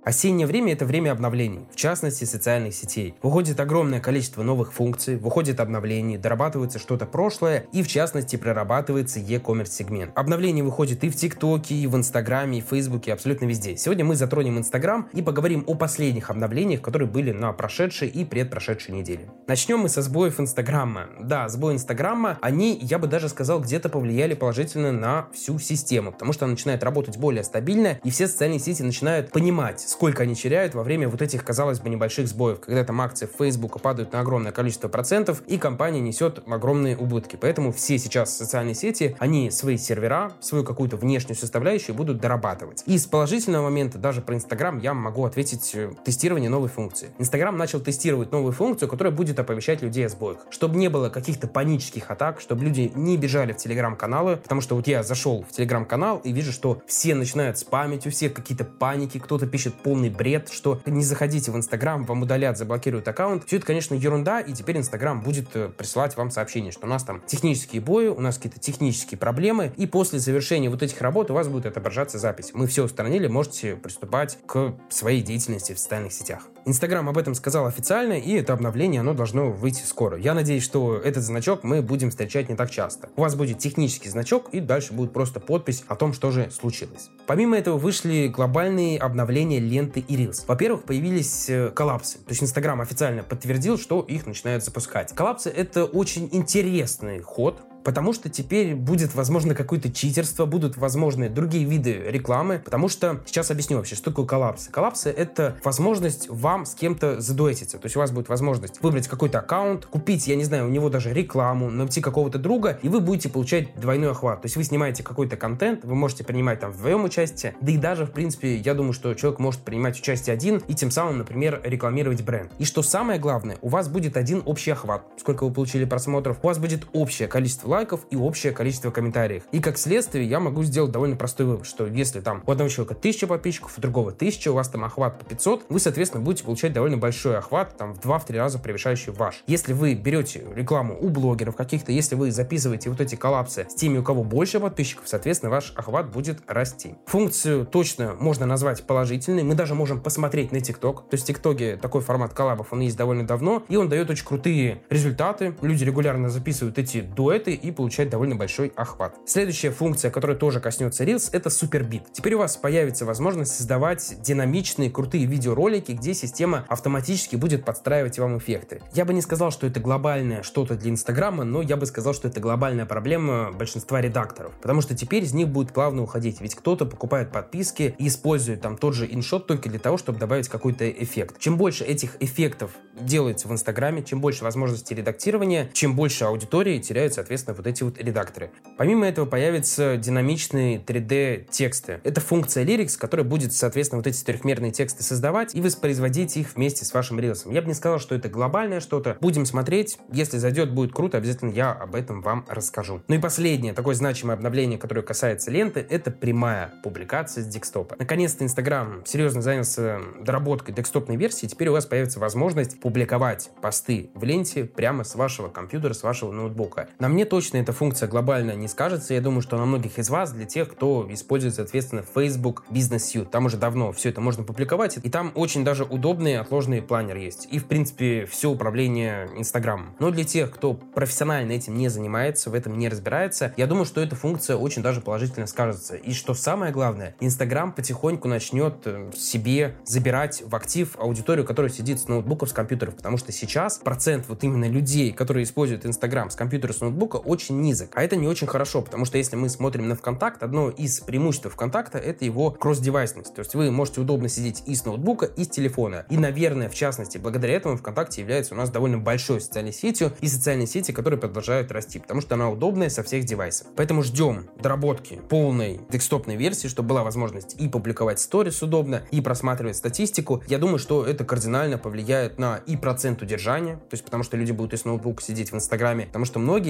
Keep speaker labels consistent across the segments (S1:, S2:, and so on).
S1: Осеннее время – это время обновлений, в частности, социальных сетей. Выходит огромное количество новых функций, выходит обновлений, дорабатывается что-то прошлое и, в частности, прорабатывается e-commerce сегмент. Обновление выходит и в ТикТоке, и в Инстаграме, и в Фейсбуке, абсолютно везде. Сегодня мы затронем Инстаграм и поговорим о последних обновлениях, которые были на прошедшей и предпрошедшей неделе. Начнем мы со сбоев Инстаграма. Да, сбои Инстаграма, они, я бы даже сказал, где-то повлияли положительно на всю систему, потому что она начинает работать более стабильно, и все социальные сети начинают понимать, сколько они теряют во время вот этих, казалось бы, небольших сбоев, когда там акции Фейсбука падают на огромное количество процентов, и компания несет огромные убытки. Поэтому все сейчас социальные сети, они свои сервера, свою какую-то внешнюю составляющую будут дорабатывать. И с положительного момента, даже про Инстаграм, я могу ответить тестирование новой функции. Инстаграм начал тестировать новую функцию, которая будет оповещать людей о сбоях. Чтобы не было каких-то панических атак, чтобы люди не бежали в телеграм-каналы, потому что вот я зашел в телеграм-канал и вижу, что все начинают спамить, у всех какие-то паники, кто-то пишет полный бред, что не заходите в Инстаграм, вам удалят, заблокируют аккаунт. Все это, конечно, ерунда, и теперь Инстаграм будет присылать вам сообщение, что у нас там технические бои, у нас какие-то технические проблемы, и после завершения вот этих работ у вас будет отображаться запись. Мы все устранили, можете приступать к своей деятельности в социальных сетях. Инстаграм об этом сказал официально, и это обновление, оно должно выйти скоро. Я надеюсь, что этот значок мы будем встречать не так часто. У вас будет технический значок, и дальше будет просто подпись о том, что же случилось. Помимо этого вышли глобальные обновления ленты и Reels. Во-первых, появились коллапсы. То есть Инстаграм официально подтвердил, что их начинают запускать. Коллапсы — это очень интересный ход, потому что теперь будет, возможно, какое-то читерство, будут возможны другие виды рекламы, потому что сейчас объясню вообще, что такое коллапсы. Коллапсы — это возможность вам с кем-то задуэтиться. То есть у вас будет возможность выбрать какой-то аккаунт, купить, я не знаю, у него даже рекламу, найти какого-то друга, и вы будете получать двойной охват. То есть вы снимаете какой-то контент, вы можете принимать там вдвоем участие, да и даже, в принципе, я думаю, что человек может принимать участие один и тем самым, например, рекламировать бренд. И что самое главное, у вас будет один общий охват. Сколько вы получили просмотров, у вас будет общее количество лайков и общее количество комментариев. И как следствие я могу сделать довольно простой вывод, что если там у одного человека 1000 подписчиков, у другого 1000, у вас там охват по 500, вы, соответственно, будете получать довольно большой охват, там в 2-3 раза превышающий ваш. Если вы берете рекламу у блогеров каких-то, если вы записываете вот эти коллапсы с теми, у кого больше подписчиков, соответственно, ваш охват будет расти. Функцию точно можно назвать положительной. Мы даже можем посмотреть на ТикТок. То есть в ТикТоке такой формат коллабов, он есть довольно давно, и он дает очень крутые результаты. Люди регулярно записывают эти дуэты и получают довольно большой охват. Следующая функция, которая тоже коснется Reels, это супербит. Теперь у вас появится возможность создавать динамичные, крутые видеоролики, где система автоматически будет подстраивать вам эффекты. Я бы не сказал, что это глобальное что-то для Инстаграма, но я бы сказал, что это глобальная проблема большинства редакторов, потому что теперь из них будет плавно уходить, ведь кто-то покупает подписки и использует там тот же иншот только для того, чтобы добавить какой-то эффект. Чем больше этих эффектов делается в Инстаграме, чем больше возможностей редактирования, чем больше аудитории теряют, соответственно, вот эти вот редакторы. Помимо этого появятся динамичные 3D-тексты. Это функция Lyrics, которая будет, соответственно, вот эти трехмерные тексты создавать и воспроизводить их вместе с вашим рилсом. Я бы не сказал, что это глобальное что-то. Будем смотреть. Если зайдет, будет круто, обязательно я об этом вам расскажу. Ну и последнее, такое значимое обновление, которое касается ленты, это прямая публикация с декстопа. Наконец-то Instagram серьезно занялся доработкой декстопной версии. Теперь у вас появится возможность публиковать посты в ленте прямо с вашего компьютера, с вашего ноутбука. На мне точно эта функция глобально не скажется. Я думаю, что на многих из вас, для тех, кто использует, соответственно, Facebook Business Suite. Там уже давно все это можно публиковать. И там очень даже удобный отложенный планер есть. И, в принципе, все управление Инстаграмом. Но для тех, кто профессионально этим не занимается, в этом не разбирается, я думаю, что эта функция очень даже положительно скажется. И что самое главное, Инстаграм потихоньку начнет себе забирать в актив аудиторию, которая сидит с ноутбуков, с компьютеров. Потому что сейчас процент вот именно людей, которые используют Инстаграм с компьютера, с ноутбука, очень низок. А это не очень хорошо, потому что если мы смотрим на ВКонтакт, одно из преимуществ ВКонтакта — это его кросс-девайсность. То есть вы можете удобно сидеть и с ноутбука, и с телефона. И, наверное, в частности, благодаря этому ВКонтакте является у нас довольно большой социальной сетью и социальной сети, которые продолжают расти, потому что она удобная со всех девайсов. Поэтому ждем доработки полной декстопной версии, чтобы была возможность и публиковать сторис удобно, и просматривать статистику. Я думаю, что это кардинально повлияет на и процент удержания, то есть потому что люди будут и с ноутбука сидеть в Инстаграме, потому что многие, когда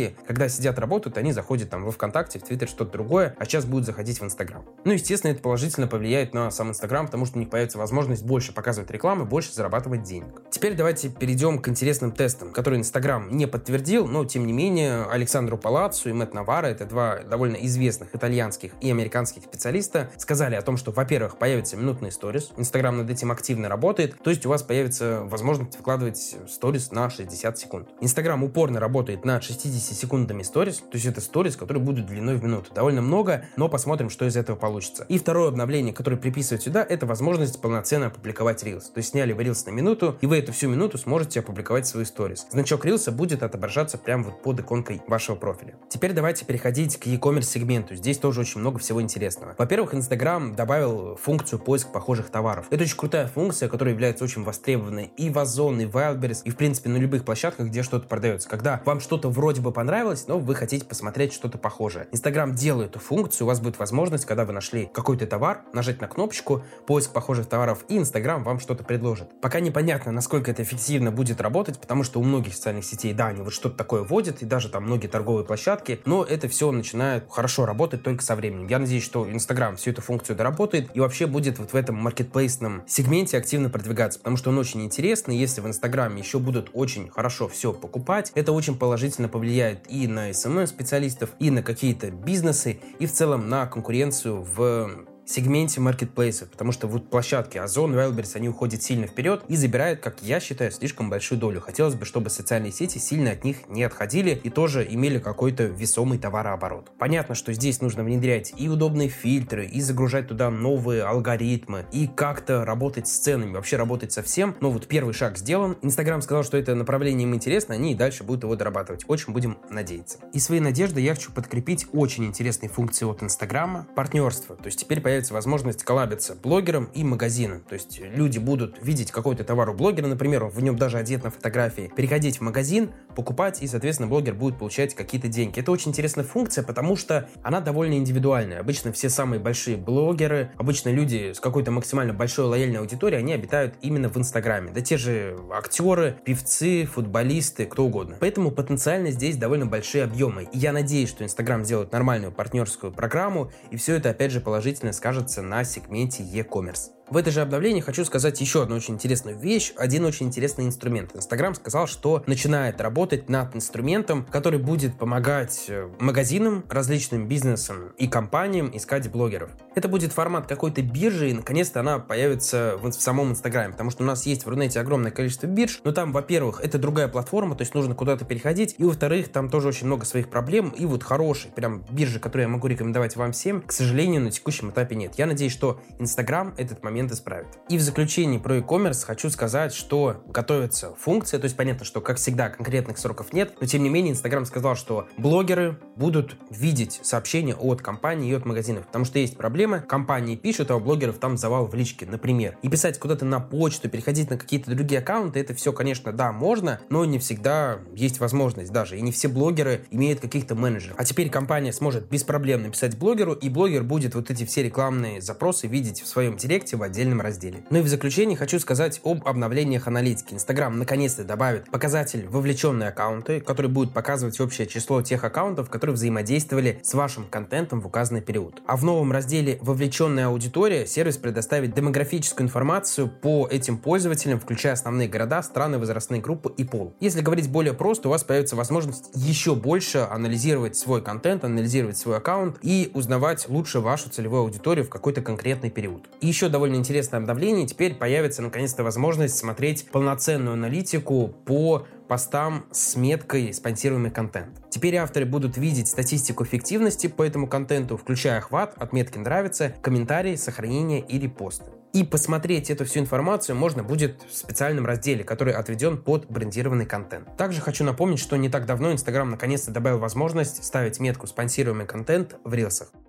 S1: сидят, работают, они заходят там во ВКонтакте, в Твиттер, что-то другое, а сейчас будут заходить в Инстаграм. Ну, естественно, это положительно повлияет на сам Инстаграм, потому что у них появится возможность больше показывать рекламу, больше зарабатывать денег. Теперь давайте перейдем к интересным тестам, которые Инстаграм не подтвердил, но, тем не менее, Александро Палаццо и Мэтт Наварро, это два довольно известных итальянских и американских специалиста, сказали о том, что, во-первых, появятся минутные сторис, Инстаграм над этим активно работает, то есть у вас появится возможность выкладывать сторис на 60 секунд. Инстаграм упорно работает над 60 секундами сторис, то есть это сторис, которые будут длиной в минуту. Довольно много, но посмотрим, что из этого получится. И второе обновление, которое приписывают сюда, это возможность полноценно опубликовать Reels. То есть сняли вы Reels на минуту, и вы эту всю минуту сможете опубликовать свои сторис. Значок Reels будет отображаться прямо вот под иконкой вашего профиля. Теперь давайте переходить к e-commerce сегменту. Здесь тоже очень много всего интересного. Во-первых, Инстаграм добавил функцию поиск похожих товаров. Это очень крутая функция, которая является очень востребованной и в Озон, и в Wildberries, и в принципе на любых площадках, где что-то продается. Когда вам что-то вроде бы понравилось, но вы хотите посмотреть что-то похожее. Инстаграм делает эту функцию, у вас будет возможность, когда вы нашли какой-то товар, нажать на кнопочку «Поиск похожих товаров», и Инстаграм вам что-то предложит. Пока непонятно, насколько это эффективно будет работать, потому что у многих социальных сетей, да, они вот что-то такое вводят, и даже там многие торговые площадки, но это все начинает хорошо работать только со временем. Я надеюсь, что Инстаграм всю эту функцию доработает и вообще будет вот в этом маркетплейсном сегменте активно продвигаться, потому что он очень интересный. Если в Инстаграме еще будут очень хорошо все покупать, это очень положительно повлияет и на SMM-специалистов, и на какие-то бизнесы, и в целом на конкуренцию в сегменте маркетплейсов, потому что вот площадки Озон, Wildberries, они уходят сильно вперед и забирают, как я считаю, слишком большую долю. Хотелось бы, чтобы социальные сети сильно от них не отходили и тоже имели какой-то весомый товарооборот. Понятно, что здесь нужно внедрять и удобные фильтры, и загружать туда новые алгоритмы, и как-то работать с ценами, вообще работать со всем. Но вот первый шаг сделан. Инстаграм сказал, что это направление им интересно, они и дальше будут его дорабатывать. Очень будем надеяться. И свои надежды я хочу подкрепить очень интересной функцией от Инстаграма — партнерство. То есть теперь появится возможность коллабиться блогерам и магазинам. То есть люди будут видеть какой-то товар у блогера, например, в нем даже одет на фотографии, переходить в магазин, покупать, и, соответственно, блогер будет получать какие-то деньги. Это очень интересная функция, потому что она довольно индивидуальная. Обычно все самые большие блогеры, обычно люди с какой-то максимально большой лояльной аудиторией, они обитают именно в Инстаграме. Да те же актеры, певцы, футболисты, кто угодно. Поэтому потенциально здесь довольно большие объемы. И я надеюсь, что Инстаграм сделает нормальную партнерскую программу, и все это, опять же, положительно скажется на сегменте e-commerce. В это же обновление хочу сказать еще одну очень интересную вещь, один очень интересный инструмент. Инстаграм сказал, что начинает работать над инструментом, который будет помогать магазинам, различным бизнесам и компаниям искать блогеров. Это будет формат какой-то биржи, и наконец-то она появится в самом Инстаграме, потому что у нас есть в Рунете огромное количество бирж, но там, во-первых, это другая платформа, то есть нужно куда-то переходить, и, во-вторых, там тоже очень много своих проблем, и вот хорошей прям биржи, которую я могу рекомендовать вам всем, к сожалению, на текущем этапе нет. Я надеюсь, что Инстаграм этот момент исправит. И в заключении про e-commerce хочу сказать, что готовится функция, то есть понятно, что, как всегда, конкретных сроков нет, но тем не менее Инстаграм сказал, что блогеры будут видеть сообщения от компаний и от магазинов, потому что есть проблемы, компании пишут, а у блогеров там завал в личке, например. И писать куда-то на почту, переходить на какие-то другие аккаунты, это все, конечно, да, можно, но не всегда есть возможность даже, и не все блогеры имеют каких-то менеджеров. А теперь компания сможет без проблем написать блогеру, и блогер будет вот эти все рекламные запросы видеть в своем директе в отдельном разделе. Ну и в заключение хочу сказать об обновлениях аналитики. Инстаграм наконец-то добавит показатель вовлеченные аккаунты, который будет показывать общее число тех аккаунтов, которые взаимодействовали с вашим контентом в указанный период. А в новом разделе «Вовлеченная аудитория» сервис предоставит демографическую информацию по этим пользователям, включая основные города, страны, возрастные группы и пол. Если говорить более просто, у вас появится возможность еще больше анализировать свой контент, анализировать свой аккаунт и узнавать лучше вашу целевую аудиторию в какой-то конкретный период. И еще довольно интересное обновление. Теперь появится наконец-то возможность смотреть полноценную аналитику по постам с меткой «спонсируемый контент». Теперь авторы будут видеть статистику эффективности по этому контенту, включая охват, отметки «нравится», комментарии, сохранения и репосты. И посмотреть эту всю информацию можно будет в специальном разделе, который отведен под брендированный контент. Также хочу напомнить, что не так давно Инстаграм наконец-то добавил возможность ставить метку «спонсируемый контент» в рилсах.